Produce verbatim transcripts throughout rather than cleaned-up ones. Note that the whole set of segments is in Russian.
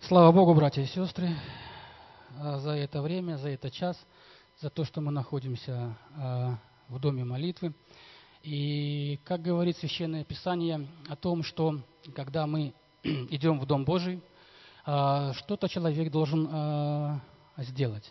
Слава Богу, братья и сестры, за это время, за этот час, за то, что мы находимся в доме молитвы. И, как говорит Священное Писание о том, что когда мы идем в Дом Божий, что-то человек должен сделать.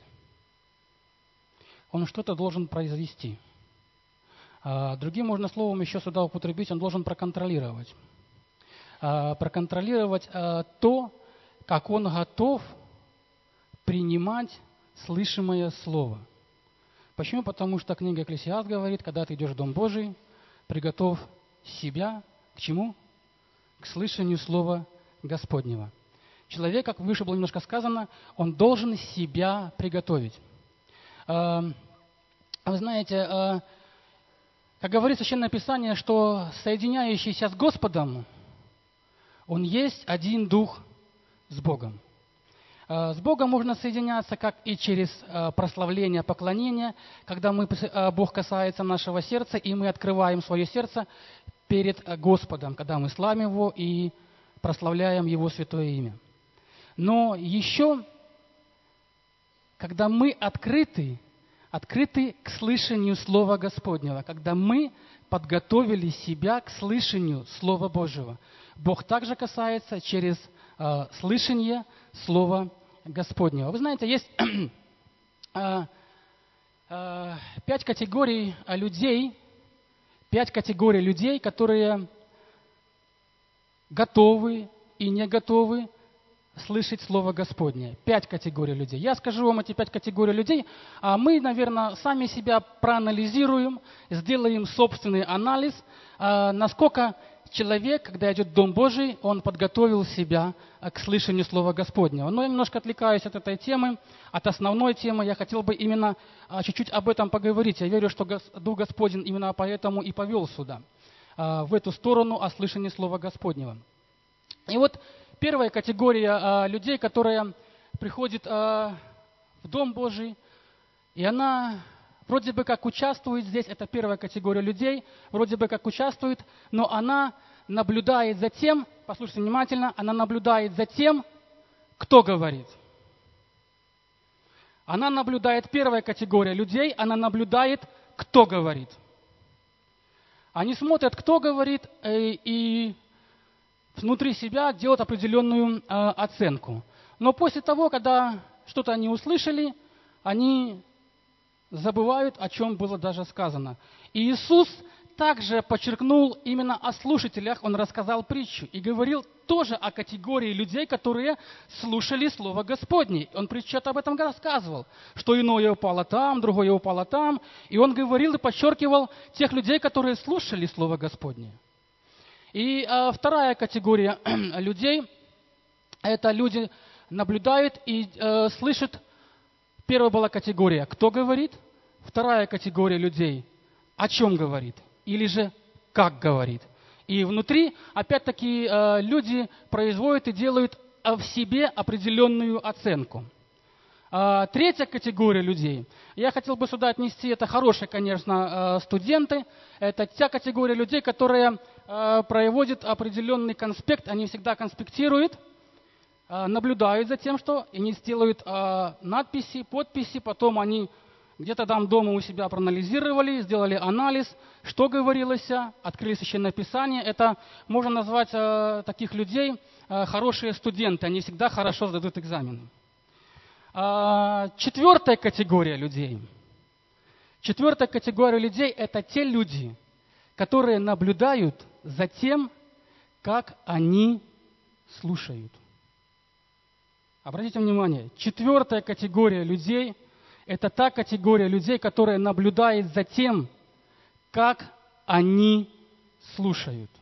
Он что-то должен произвести. Другим можно словом еще сюда употребить, он должен проконтролировать. Проконтролировать то, как он готов принимать слышимое слово. Почему? Потому что книга Экклесиаст говорит, когда ты идешь в Дом Божий, приготовь себя к чему? К слышанию слова Господнего. Человек, как выше было немножко сказано, он должен себя приготовить. Вы знаете, как говорит Священное Писание, что соединяющийся с Господом, он есть один Дух с Богом. С Богом можно соединяться как и через прославление, поклонение, когда мы, Бог касается нашего сердца, и мы открываем свое сердце перед Господом, когда мы славим Его и прославляем Его святое имя. Но еще, когда мы открыты, открыты к слышанию Слова Господнего, когда мы подготовили себя к слышанию Слова Божьего, Бог также касается через э, слышание Слова Господнего. Вы знаете, есть э, э, пять категорий людей, пять категорий людей, которые готовы и не готовы слышать Слово Господне. Пять категорий людей. Я скажу вам эти пять категорий людей, а мы, наверное, сами себя проанализируем, сделаем собственный анализ, насколько человек, когда идет в Дом Божий, он подготовил себя к слышанию Слова Господнего. Но я немножко отвлекаюсь от этой темы, от основной темы. Я хотел бы именно чуть-чуть об этом поговорить. Я верю, что Дух Господень именно поэтому и повел сюда, в эту сторону о слышании Слова Господнего. И вот первая категория людей, которая приходит в Дом Божий, и она вроде бы как участвует здесь, это первая категория людей, вроде бы как участвует, но она наблюдает за тем, послушайте внимательно, она наблюдает за тем, кто говорит. Она наблюдает, первая категория людей, она наблюдает, кто говорит. Они смотрят, кто говорит, и, и внутри себя делают определенную э, оценку. Но после того, когда что-то они услышали, они забывают, о чем было даже сказано. И Иисус также подчеркнул именно о слушателях, Он рассказал притчу и говорил тоже о категории людей, которые слушали Слово Господне. Он притчу об этом рассказывал, что иное упало там, другое упало там. И Он говорил и подчеркивал тех людей, которые слушали Слово Господне. И а, вторая категория людей, это люди наблюдают и э, слышат. Первая была категория, кто говорит. Вторая категория людей, о чем говорит. Или же, как говорит. И внутри, опять-таки, э, люди производят и делают в себе определенную оценку. А, третья категория людей. Я хотел бы сюда отнести, это хорошие, конечно, студенты. Это та категория людей, которые э, проводят определенный конспект. Они всегда конспектируют, э, наблюдают за тем, что они сделают э, надписи, подписи. Потом они где-то там дома у себя проанализировали, сделали анализ, что говорилось, открыли Священное Писание. Это можно назвать э, таких людей э, хорошие студенты. Они всегда хорошо сдадут экзамены. Четвертая категория людей. Четвертая категория людей – это те люди, которые наблюдают за тем, как они слушают. Обратите внимание, четвертая категория людей – это та категория людей, которая наблюдает за тем, как они слушают.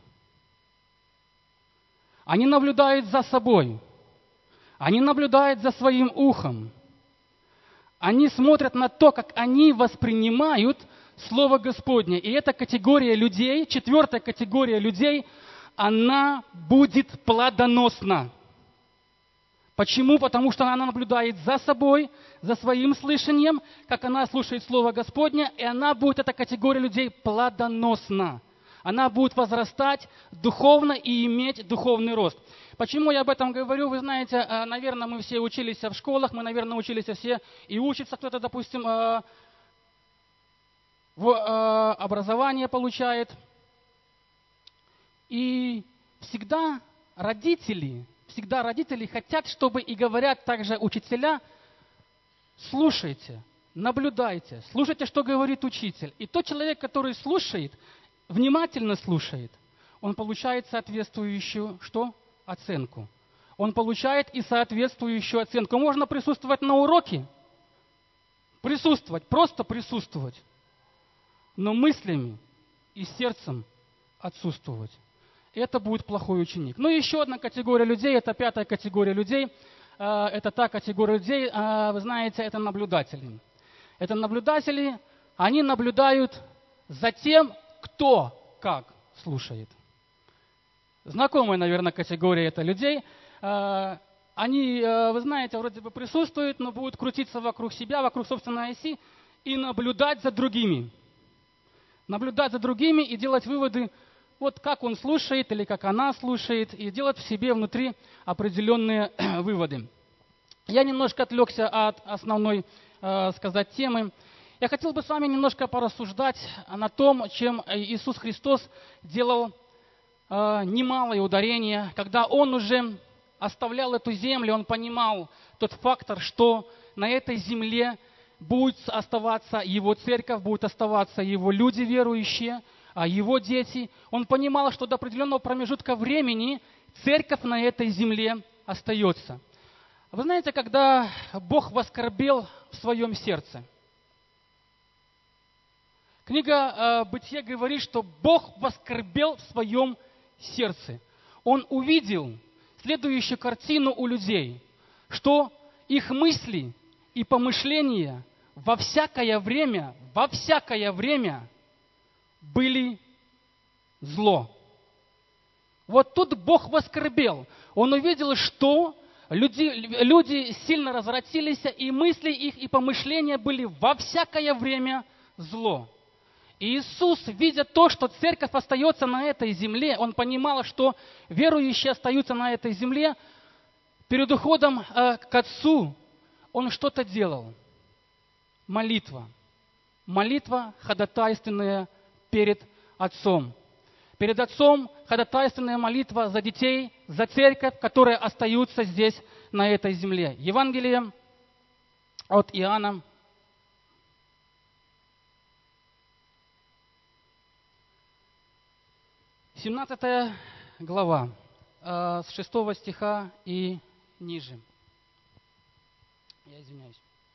Они наблюдают за собой. Они наблюдают за своим ухом. Они смотрят на то, как они воспринимают Слово Господне. И эта категория людей, четвертая категория людей, она будет плодоносна. Почему? Потому что она наблюдает за собой, за своим слышанием, как она слушает Слово Господне, и она будет, эта категория людей, плодоносна. Она будет возрастать духовно и иметь духовный рост. Почему я об этом говорю? Вы знаете, наверное, мы все учились в школах, мы, наверное, учились все, и учится кто-то, допустим, в образование получает. И всегда родители, всегда родители хотят, чтобы и говорят также учителя, слушайте, наблюдайте, слушайте, что говорит учитель. И тот человек, который слушает, внимательно слушает, он получает соответствующую что? Оценку. Он получает и соответствующую оценку. Можно присутствовать на уроке, присутствовать, просто присутствовать, но мыслями и сердцем отсутствовать. Это будет плохой ученик. Ну и еще одна категория людей, это пятая категория людей, это та категория людей, вы знаете, это наблюдатели. Это наблюдатели, они наблюдают за тем, кто как слушает. Знакомая, наверное, категория это людей. Они, вы знаете, вроде бы присутствуют, но будут крутиться вокруг себя, вокруг собственной оси и наблюдать за другими. Наблюдать за другими и делать выводы, вот как он слушает или как она слушает, и делать в себе внутри определенные выводы. Я немножко отвлекся от основной, э, сказать, темы. Я хотел бы с вами немножко порассуждать на том, чем Иисус Христос делал э, немалое ударение. Когда Он уже оставлял эту землю, Он понимал тот фактор, что на этой земле будет оставаться Его церковь, будут оставаться Его люди верующие, а Его дети. Он понимал, что до определенного промежутка времени церковь на этой земле остается. Вы знаете, когда Бог воскорбел в своем сердце, книга Бытия говорит, что Бог воскорбел в своем сердце. Он увидел следующую картину у людей, что их мысли и помышления во всякое время, во всякое время были зло. Вот тут Бог воскорбел. Он увидел, что люди, люди сильно развратились, и мысли их, и помышления были во всякое время зло. И Иисус, видя то, что церковь остается на этой земле, Он понимал, что верующие остаются на этой земле, перед уходом э, к Отцу Он что-то делал. Молитва. Молитва ходатайственная перед Отцом. Перед Отцом ходатайственная молитва за детей, за церковь, которые остаются здесь, на этой земле. Евангелие от Иоанна. семнадцатая глава, с шестого стиха и ниже. Я извиняюсь.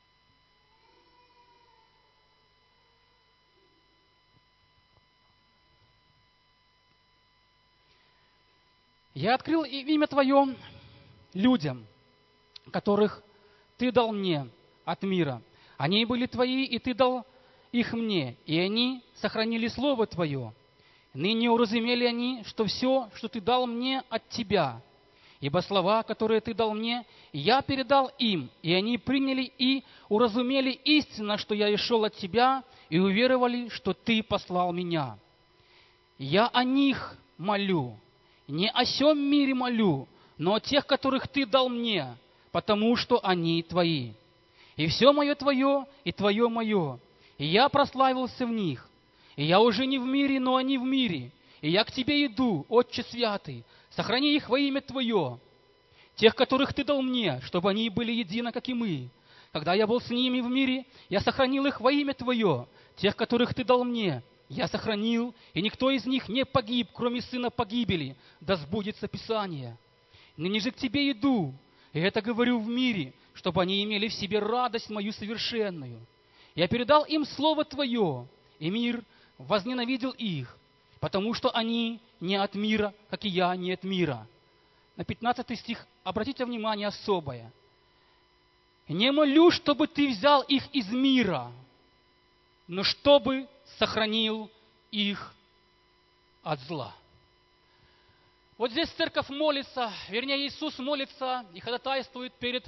«Я открыл имя Твое людям, которых Ты дал мне от мира. Они были Твои, и Ты дал их мне, и они сохранили Слово Твое. Ныне уразумели они, что все, что Ты дал мне, от Тебя. Ибо слова, которые Ты дал мне, я передал им, и они приняли и уразумели истинно, что я и шел от Тебя, и уверовали, что Ты послал меня. Я о них молю, не о сем мире молю, но о тех, которых Ты дал мне, потому что они Твои. И все мое Твое, и Твое мое, и я прославился в них. И я уже не в мире, но они в мире. И я к Тебе иду, Отче Святый, сохрани их во имя Твое, тех, которых Ты дал мне, чтобы они были едины, как и мы. Когда я был с ними в мире, я сохранил их во имя Твое, тех, которых Ты дал мне, я сохранил, и никто из них не погиб, кроме сына погибели, да сбудется Писание. Ныне же к Тебе иду, и это говорю в мире, чтобы они имели в себе радость мою совершенную. Я передал им Слово Твое, и мир возненавидел их, потому что они не от мира, как и я не от мира». На пятнадцатый стих обратите внимание особое. «Не молю, чтобы Ты взял их из мира, но чтобы сохранил их от зла». Вот здесь церковь молится, вернее, Иисус молится и ходатайствует перед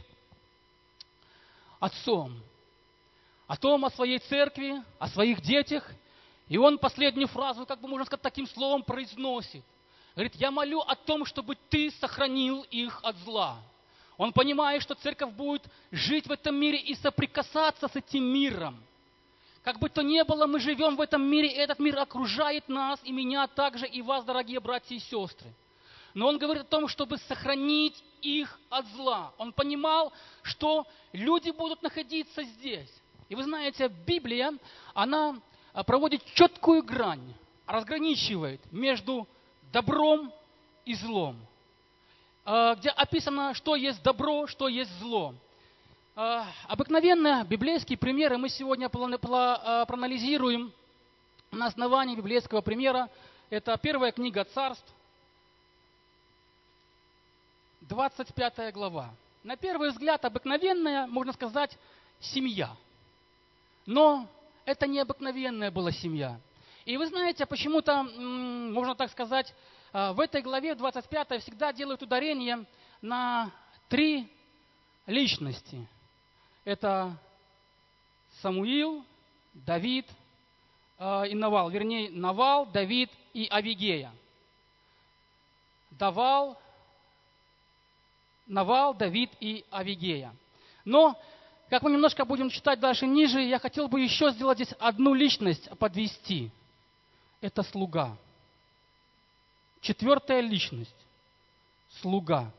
Отцом о том, о своей церкви, о своих детях, И он последнюю фразу, как бы можно сказать, таким словом произносит. Говорит, я молю о том, чтобы ты сохранил их от зла. Он понимает, что церковь будет жить в этом мире и соприкасаться с этим миром. Как бы то ни было, мы живем в этом мире, и этот мир окружает нас, и меня также, и вас, дорогие братья и сестры. Но он говорит о том, чтобы сохранить их от зла. Он понимал, что люди будут находиться здесь. И вы знаете, Библия, она проводит четкую грань, разграничивает между добром и злом, где описано, что есть добро, что есть зло. Обыкновенно библейские примеры мы сегодня проанализируем на основании библейского примера. Это первая книга Царств, двадцать пятая глава. На первый взгляд обыкновенная, можно сказать, семья. Но это не обыкновенная была семья. И вы знаете, почему-то, можно так сказать, в этой главе, в двадцать пятой, всегда делают ударение на три личности. Это Самуил, Давид и Навал. Вернее, Навал, Давид и Авигея. Давал, Навал, Давид и Авигея. Но, как мы немножко будем читать дальше ниже, я хотел бы еще сделать здесь одну личность подвести. Это слуга. Четвертая личность. Слуга.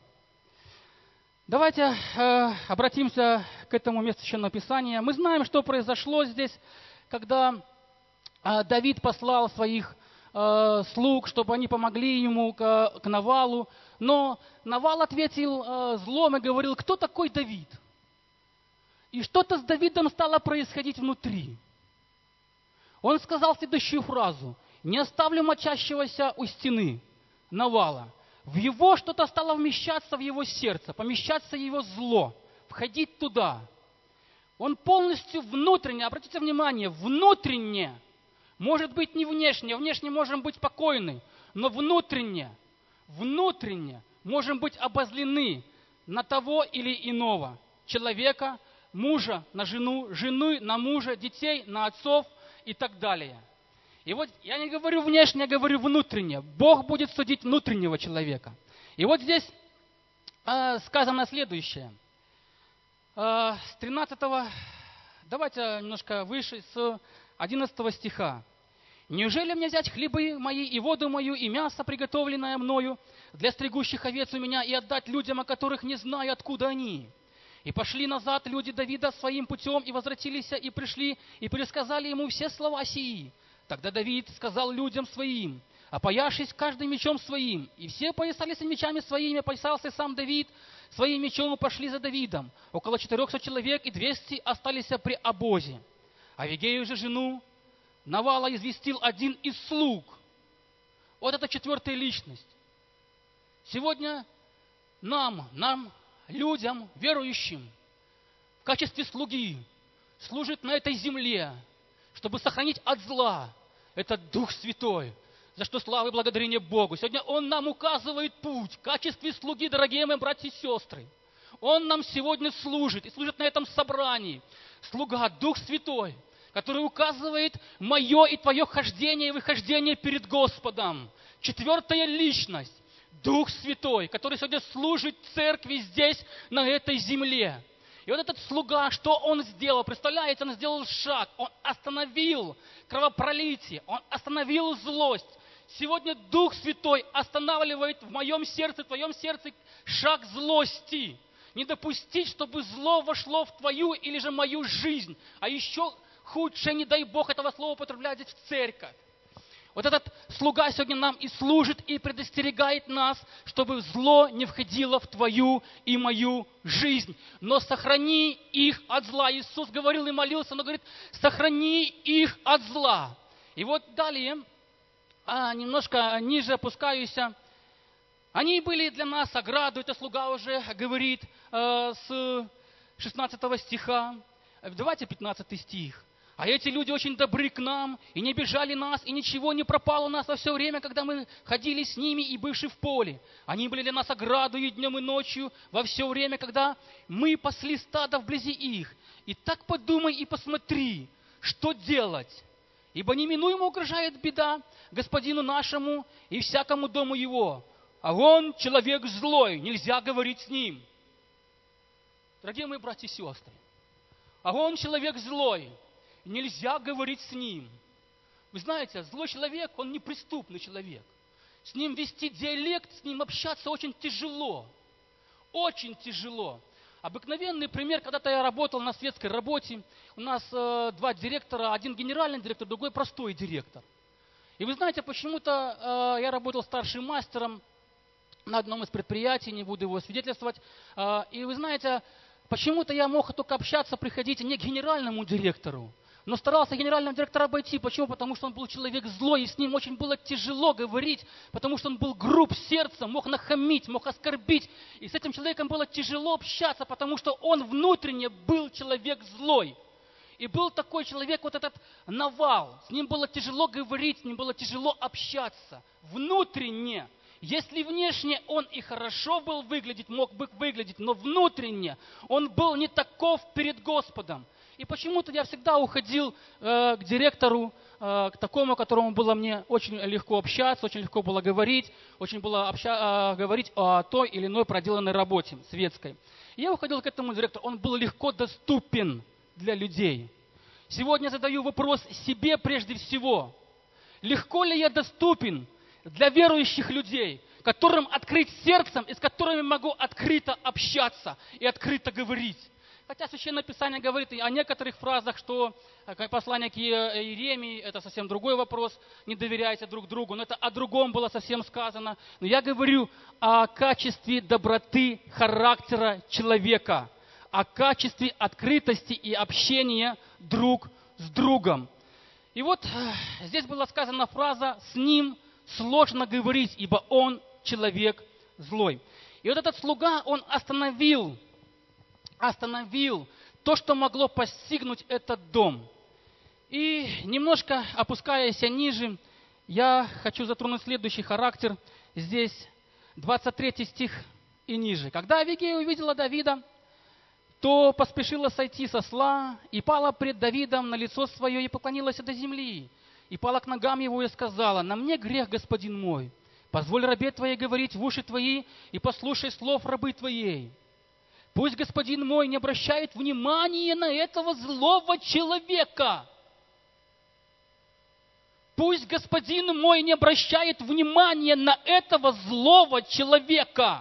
Давайте э, обратимся к этому месту Священного Писания. Мы знаем, что произошло здесь, когда э, Давид послал своих э, слуг, чтобы они помогли ему к, к Навалу. Но Навал ответил э, злом и говорил, кто такой Давид? И что-то с Давидом стало происходить внутри. Он сказал следующую фразу. «Не оставлю мочащегося у стены Навала». В его что-то стало вмещаться в его сердце, помещаться его зло, входить туда. Он полностью внутренне, обратите внимание, внутренне, может быть не внешне, внешне можем быть покойны, но внутренне, внутренне можем быть обозлены на того или иного человека, мужа на жену, жены на мужа, детей на отцов и так далее. И вот я не говорю внешне, я говорю внутренне. Бог будет судить внутреннего человека. И вот здесь э, сказано следующее. Э, с тринадцатого, давайте немножко выше, с одиннадцатого стиха. «Неужели мне взять хлебы мои и воду мою, и мясо, приготовленное мною для стригущих овец у меня, и отдать людям, о которых не знаю, откуда они?» И пошли назад люди Давида своим путем, и возвратились, и пришли, и пересказали ему все слова сии. Тогда Давид сказал людям своим, опояшись каждым мечом своим, и все поясались мечами своими, поясался сам Давид, своим мечом и пошли за Давидом. Около четырехсот человек и двести остались при обозе. Авигею же жену Навала известил один из слуг. Вот это четвертая личность. Сегодня нам, нам, людям, верующим, в качестве слуги служит на этой земле, чтобы сохранить от зла, этот Дух Святой, за что слава и благодарение Богу. Сегодня Он нам указывает путь в качестве слуги, дорогие мои братья и сестры. Он нам сегодня служит и служит на этом собрании. Слуга, Дух Святой, который указывает мое и твое хождение и выхождение перед Господом. Четвертая личность, Дух Святой, который сегодня служит церкви здесь, на этой земле. И вот этот слуга, что он сделал? Представляете, он сделал шаг, он остановил кровопролитие, он остановил злость. Сегодня Дух Святой останавливает в моем сердце, в твоем сердце шаг злости. Не допустить, чтобы зло вошло в твою или же мою жизнь. А еще худшее, не дай Бог этого слова употреблять здесь в церковь. Вот этот слуга сегодня нам и служит, и предостерегает нас, чтобы зло не входило в твою и мою жизнь. Но сохрани их от зла. Иисус говорил и молился, но говорит, сохрани их от зла. И вот далее, а, немножко ниже опускаюсь. Они были для нас оградой, это слуга уже говорит э, с шестнадцатого стиха. Давайте пятнадцатый стих. А эти люди очень добры к нам, и не обижали нас, и ничего не пропало у нас во все время, когда мы ходили с ними и бывши в поле. Они были для нас оградой и днем, и ночью, во все время, когда мы пасли стадо вблизи их. И так подумай и посмотри, что делать. Ибо неминуемо угрожает беда господину нашему и всякому дому его. А он человек злой, нельзя говорить с ним. Дорогие мои братья и сестры, а он человек злой, нельзя говорить с ним. Вы знаете, злой человек, он неприступный человек. С ним вести диалект, с ним общаться очень тяжело. Очень тяжело. Обыкновенный пример, когда-то я работал на светской работе, у нас э, два директора, один генеральный директор, другой простой директор. И вы знаете, почему-то э, я работал старшим мастером на одном из предприятий, не буду его свидетельствовать, э, и вы знаете, почему-то я мог только общаться, приходить не к генеральному директору, но старался генерального директора обойти. Почему? Потому что он был человек злой, и с ним очень было тяжело говорить, потому что он был груб сердцем, мог нахамить, мог оскорбить. И с этим человеком было тяжело общаться, потому что он внутренне был человек злой. И был такой человек, вот этот Навал. С ним было тяжело говорить, с ним было тяжело общаться. Внутренне. Если внешне он и хорошо был выглядеть, мог бы выглядеть, но внутренне он был не таков перед Господом. И почему-то я всегда уходил э, к директору, э, к такому, которому было мне очень легко общаться, очень легко было говорить, очень было обща, э, говорить о той или иной проделанной работе светской. И я уходил к этому директору, он был легко доступен для людей. Сегодня я задаю вопрос себе прежде всего. Легко ли я доступен для верующих людей, которым открыть сердцем и с которыми могу открыто общаться и открыто говорить? Хотя Священное Писание говорит о некоторых фразах, что послание к Иеремии – это совсем другой вопрос, не доверяйте друг другу, но это о другом было совсем сказано. Но я говорю о качестве доброты характера человека, о качестве открытости и общения друг с другом. И вот здесь была сказана фраза «с ним сложно говорить, ибо он человек злой». И вот этот слуга, он остановил остановил то, что могло постигнуть этот дом. И немножко опускаясь ниже, я хочу затронуть следующий характер. Здесь двадцать третий стих и ниже. «Когда Авигея увидела Давида, то поспешила сойти со осла и пала пред Давидом на лицо свое и поклонилась до земли. И пала к ногам его и сказала: на мне грех, господин мой. Позволь рабе твоей говорить в уши твои и послушай слов рабы твоей. Пусть господин мой не обращает внимания на этого злого человека. Пусть господин мой не обращает внимания на этого злого человека,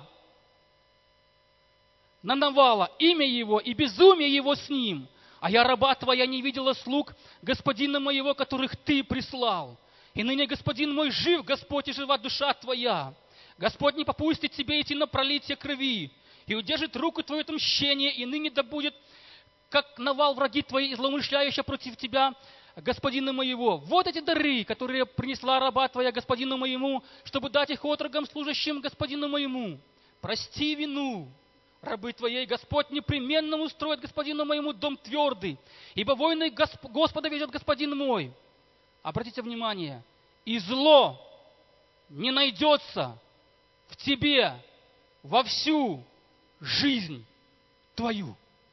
на Навала, имя его и безумие его с ним. А я, раба твоя, не видела слуг господина моего, которых ты прислал. И ныне господин мой жив, Господь, и жива душа твоя. Господь не попустит тебе идти на пролитие крови, и удержит руку твою отмщение, и ныне да будет, как Навал, враги твои, злоумышляющие против тебя, господина моего. Вот эти дары, которые принесла раба твоя господину моему, чтобы дать их отрокам, служащим господину моему. Прости вину рабы твоей, Господь непременно устроит господину моему дом твердый, ибо войны Господа ведет господин мой». Обратите внимание, и зло не найдется в тебе во всю жизнь твою.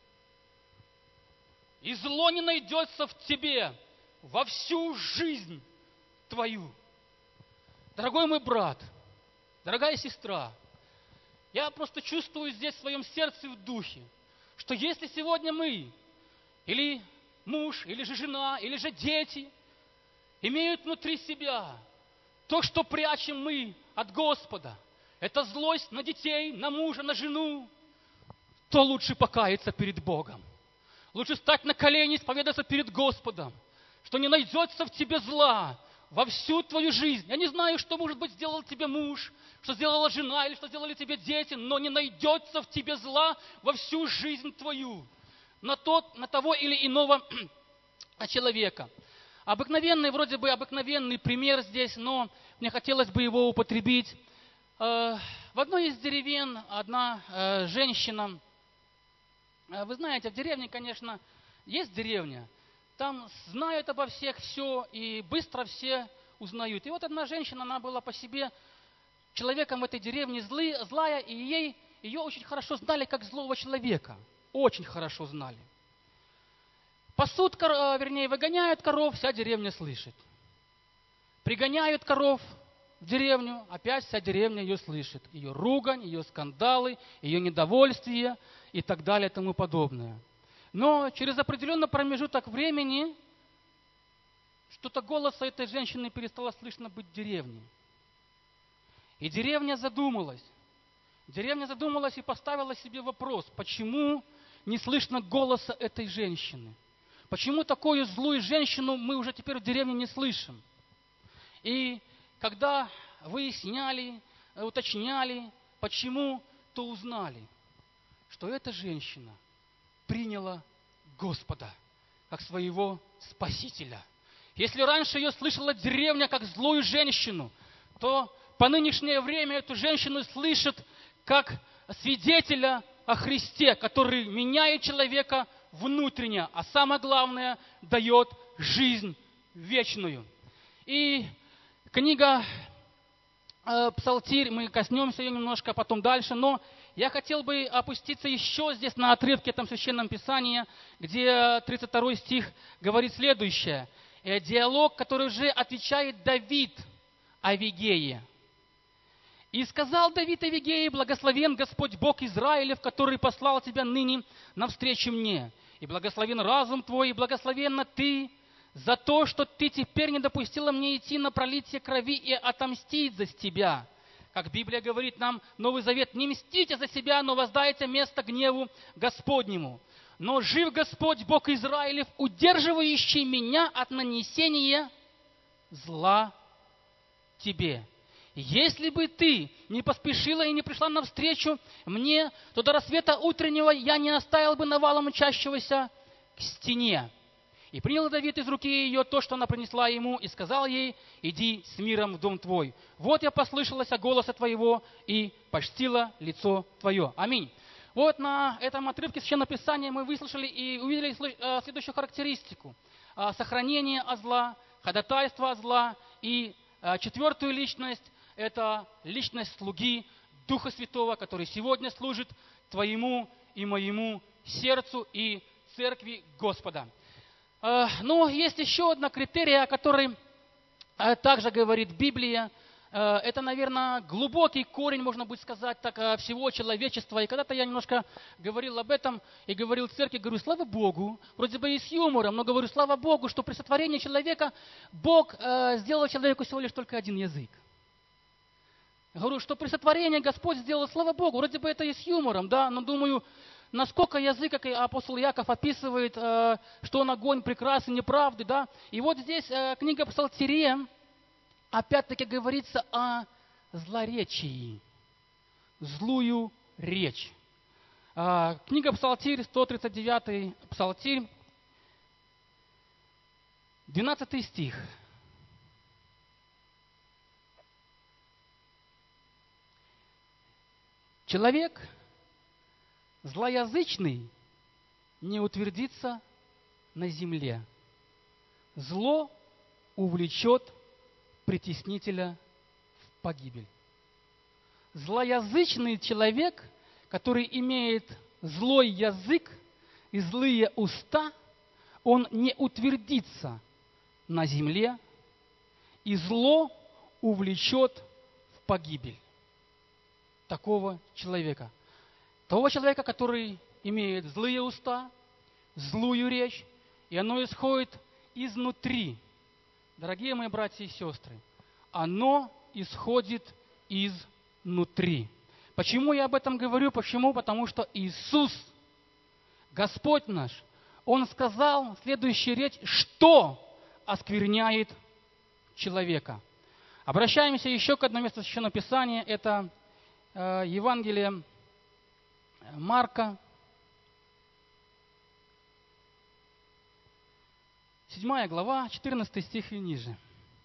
И зло не найдется в тебе во всю жизнь твою. Дорогой мой брат, дорогая сестра, я просто чувствую здесь в своем сердце и в духе, что если сегодня мы, или муж, или же жена, или же дети, имеют внутри себя то, что прячем мы от Господа, это злость на детей, на мужа, на жену, то лучше покаяться перед Богом. Лучше стать на колени и исповедаться перед Господом, что не найдется в тебе зла во всю твою жизнь. Я не знаю, что, может быть, сделал тебе муж, что сделала жена или что сделали тебе дети, но не найдется в тебе зла во всю жизнь твою на, тот, на того или иного человека. Обыкновенный, вроде бы обыкновенный пример здесь, но мне хотелось бы его употребить. В одной из деревень одна женщина, вы знаете, в деревне, конечно, есть деревня, там знают обо всех все и быстро все узнают. И вот одна женщина, она была по себе человеком в этой деревне злы, злая, и ей, ее очень хорошо знали как злого человека, очень хорошо знали. Пасут, вернее, выгоняют коров, вся деревня слышит. Пригоняют коров в деревню, опять вся деревня ее слышит. Ее ругань, ее скандалы, ее недовольствие и так далее и тому подобное. Но через определенный промежуток времени что-то голоса этой женщины перестало слышно быть в деревне. И деревня задумалась. Деревня задумалась и поставила себе вопрос, почему не слышно голоса этой женщины? Почему такую злую женщину мы уже теперь в деревне не слышим? И когда выясняли, уточняли, почему, то узнали, что эта женщина приняла Господа как своего Спасителя. Если раньше ее слышала деревня как злую женщину, то по нынешнее время эту женщину слышат как свидетеля о Христе, который меняет человека внутренне, а самое главное, дает жизнь вечную. И книга э, Псалтирь, мы коснемся ее немножко, а потом дальше, но я хотел бы опуститься еще здесь на отрывке там Священном Писании, где тридцать второй стих говорит следующее. И диалог, который уже отвечает Давид Авигее. «И сказал Давид Авигее: благословен Господь Бог Израилев, который послал тебя ныне навстречу мне. И благословен разум твой, и благословенна ты за то, что ты теперь не допустила мне идти на пролитие крови и отомстить за тебя». Как Библия говорит нам, Новый Завет: не мстите за себя, но воздайте место гневу Господнему. Но жив Господь Бог Израилев, удерживающий меня от нанесения зла тебе. Если бы ты не поспешила и не пришла навстречу мне, то до рассвета утреннего я не оставил бы навалом учащегося к стене. И принял Давид из руки ее то, что она принесла ему, и сказал ей: иди с миром в дом твой. Вот я послышалась о голоса твоего и почтила лицо твое. Аминь. Вот на этом отрывке Священного Писания мы выслушали и увидели следующую характеристику. Сохранение от зла, ходатайство от зла. И четвертую личность – это личность слуги Духа Святого, который сегодня служит твоему и моему сердцу и церкви Господа. Но есть еще одна критерия, о которой также говорит Библия. Это, наверное, глубокий корень, можно будет сказать, так, всего человечества. И когда-то я немножко говорил об этом и говорил в церкви, говорю, слава Богу, вроде бы и с юмором, но говорю, слава Богу, что при сотворении человека Бог э, сделал человеку всего лишь только один язык. Говорю, что при сотворении Господь сделал, слава Богу, вроде бы это и с юмором, да, но думаю, насколько язык, как и апостол Яков описывает, э, что он огонь прекрасен, неправды, да. И вот здесь э, книга Псалтирия, опять-таки говорится о злоречии, злую речь. А, книга Псалтирь, сто тридцать девятый Псалтирь, двенадцатый стих. Человек злоязычный не утвердится на земле. Зло увлечет притеснителя в погибель. Злоязычный человек, который имеет злой язык и злые уста, он не утвердится на земле, и зло увлечет в погибель такого человека. Того человека, который имеет злые уста, злую речь, и оно исходит изнутри. Дорогие мои братья и сестры, оно исходит изнутри. Почему я об этом говорю? Почему? Потому что Иисус, Господь наш, Он сказал следующую речь, что оскверняет человека. Обращаемся еще к одному месту Священного Писания. Это э, Евангелие Марка, седьмая глава, четырнадцатый стих и ниже.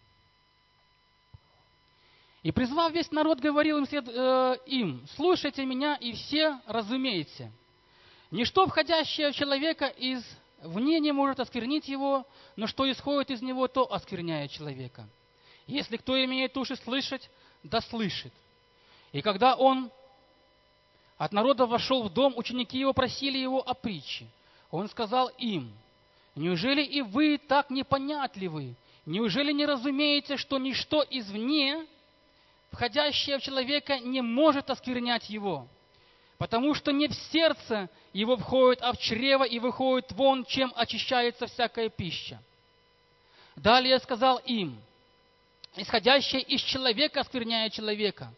«И, призвав весь народ, говорил им, след, э, им, слушайте меня, и все разумеете. Ничто, входящее в человека извне, не может осквернить его, но что исходит из него, то оскверняет человека. Если кто имеет уши слышать, да слышит. И когда он от народа вошел в дом, ученики его просили его о притче. Он сказал им: Неужели и вы так непонятливы? Неужели не разумеете, что ничто извне, входящее в человека, не может осквернять его? Потому что не в сердце его входит, а в чрево и выходит вон, чем очищается всякая пища. Далее сказал им: исходящее из человека оскверняет человека.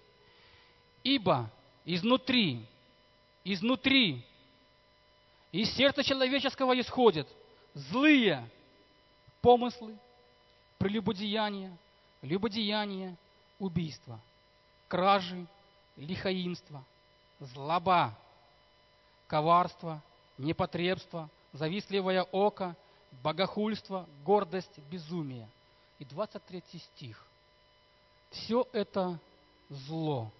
Ибо изнутри, изнутри, из сердца человеческого исходят злые помыслы, прелюбодеяния, любодеяния, убийства, кражи, лихоимства, злоба, коварство, непотребство, завистливое око, богохульство, гордость, безумие. И двадцать третий стих. Все это зло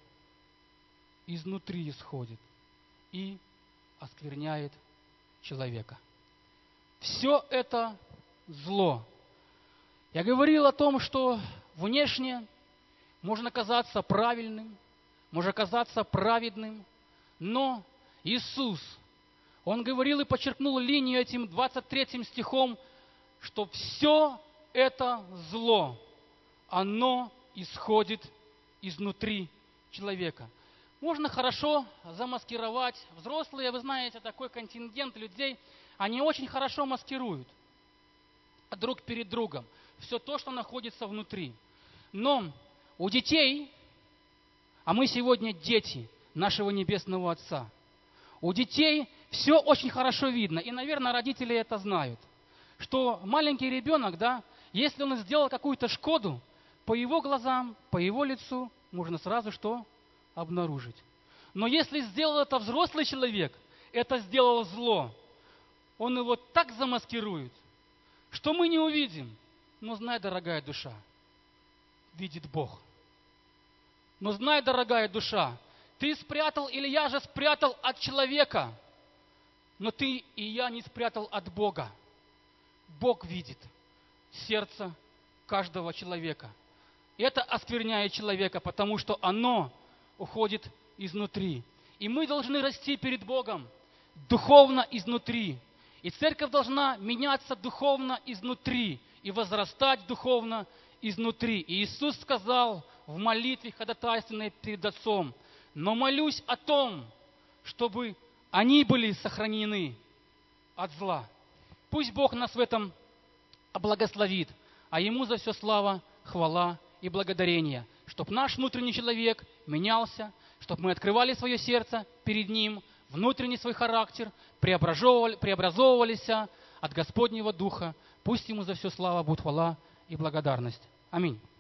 изнутри исходит и оскверняет человека. Все это зло. Я говорил о том, что внешне можно казаться правильным, можно казаться праведным, но Иисус, Он говорил и подчеркнул линию этим двадцать третьим стихом, что все это зло, оно исходит изнутри человека. Можно хорошо замаскировать. Взрослые, вы знаете, такой контингент людей, они очень хорошо маскируют друг перед другом все то, что находится внутри. Но у детей, а мы сегодня дети нашего Небесного Отца, у детей все очень хорошо видно. И, наверное, родители это знают. Что маленький ребенок, да, если он сделал какую-то шкоду, по его глазам, по его лицу можно сразу что? Обнаружить. Но если сделал это взрослый человек, это сделал зло, он его так замаскирует, что мы не увидим. Но знай, дорогая душа, видит Бог. Но знай, дорогая душа, ты спрятал, или я же спрятал от человека, но ты и я не спрятал от Бога. Бог видит сердце каждого человека. И это оскверняет человека, потому что оно уходит изнутри. И мы должны расти перед Богом духовно изнутри. И церковь должна меняться духовно изнутри и возрастать духовно изнутри. И Иисус сказал в молитве ходатайственной перед Отцом: но молюсь о том, чтобы они были сохранены от зла. Пусть Бог нас в этом благословит, а Ему за все слава, хвала и благодарение, чтобы наш внутренний человек менялся, чтобы мы открывали свое сердце перед Ним, внутренний свой характер, преобразовывали, преобразовывались от Господнего Духа. Пусть Ему за все слава, будет хвала и благодарность. Аминь.